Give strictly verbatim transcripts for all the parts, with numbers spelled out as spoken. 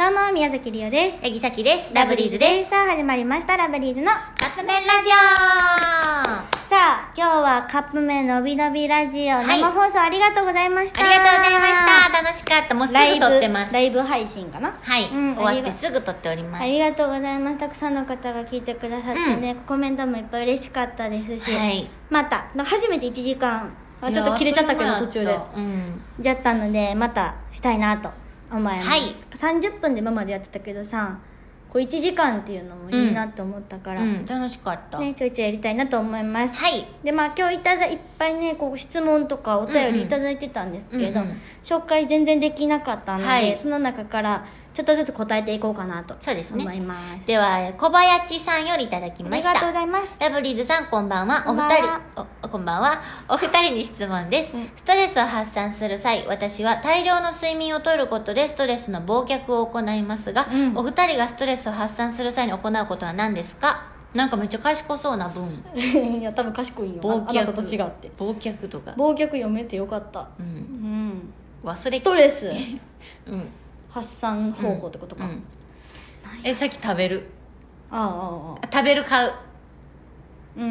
どうも、宮崎りおです。 八木崎です。ラブリーズです。 さあ、始まりました。ラブリーズのカップ麺ラジオ。 さあ、今日はカップ麺のびのびラジオ、 はい生放送ありがとうございました。 ありがとうございました。楽しかった。もうすぐ撮ってます。 ライブ、ライブ配信かな。 はい、 うん終わってすぐ撮っております。 ありがとうございます。たくさんの方が聞いてくださってね、コメントもいっぱい嬉しかったですし、 はい、また初めていちじかんあちょっと切れちゃったけど途中でうんやったので、またしたいなと思います。 はい、 さんじゅっぷんで今までやってたけどさ、こういちじかんっていうのもいいなと思ったから、 うんうん、楽しかった、 ね、ちょいちょいやりたいなと思います。 はい。 で、まあ今日いただいっぱいね、こう質問とかお便りいただいてたんですけど、 うんうん、 紹介全然できなかったので、はい、その中からちょっとずつ答えていこうかなと思います。そうですね。 では小林さんよりいただきました。 ありがとうございます。 ラブリーズさん、こんばんは。お二人おこんばんは。お二人に質問です、うん、ストレスを発散する際、私は大量の睡眠をとることでストレスの忘却を行いますが、うん、お二人がストレスを発散する際に行うことは何ですか？なんかめっちゃ賢そうな文いや多分賢いよ。 忘却、 あなたと違って忘却とか忘却読めてよかった。うん、 うん、忘れストレス、 うん、 発散方法ってことか、うんうん、 えさっき食べるああああ食べる買う、 うんうん、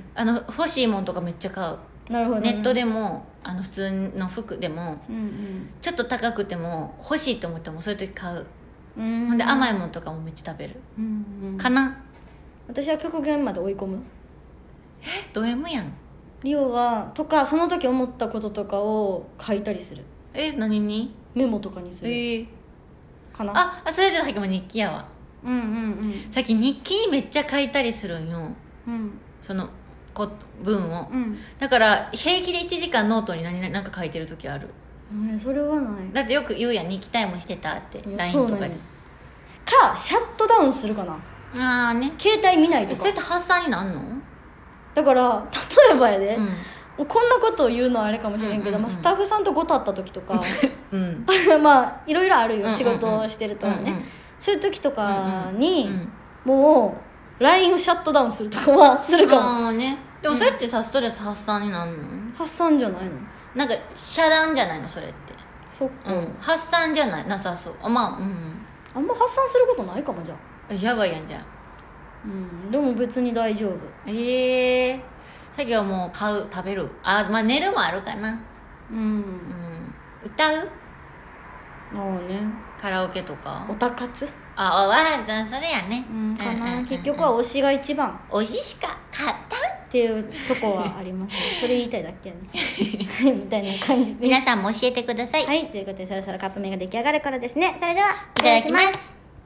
あの欲しいもんとかめっちゃ買う。 なるほど、ね、 ネットでもあの普通の服でも、 うんうん、 ちょっと高くても欲しいと思ってもそういう時買う。 うん、 ほんで甘いもんとかもめっちゃ食べる、 うんうん、 かな。 私は極限まで追い込む。 えド M やん。 リオはとかその時思ったこととかを書いたりする。 え何にメモとかにする、えー、 かなあ。それでさっきも日記やわ。 うんうんうん。 さっき日記にめっちゃ書いたりするんよ、 うん、 そのこ文を、 うん、だから平気でいちじかんノートに何何か書いてる時ある、 えー、それはない。 だってよく言うやん、日記タイムしてたって ライン とかで。 かシャットダウンするかな。 ああね、 携帯見ないとか。 それって発散になんの？だから例えばやで、うん、もうこんなことを言うのはあれかもしれんけど、うんうんうん、まあ、スタッフさんとごたった時とか、うん、まあいろいろあるよ、うんうんうん、仕事をしてるとはね、うんうん、そういう時とかに、うんうん、もう ライン をシャットダウンするとかはするかも。 あ、ね、でもそれってさ、うん、ストレス発散になるの？ 発散じゃないの？ なんか遮断じゃないのそれって。 そっか、うん、 発散じゃないなさそう。あ、まあ、うん、 あんま発散することないかも。じゃあやばいやんじゃん。 うん、でも別に大丈夫。 ええー、さっきはもう買う食べる、あ、まあ寝るもあるかな。 うん、うん、 歌う？ ああね、 カラオケとかおたかつ、 ああそれやね、 うん、かな、うんうんうんうん、結局は推しが一番。 推ししか買ったっていうとこはありますねそれ言いたいだけやねみたいな感じで皆さんも教えてください。 はい、ということでそろそろカップ麺が出来上がるからですね。それではいただきます。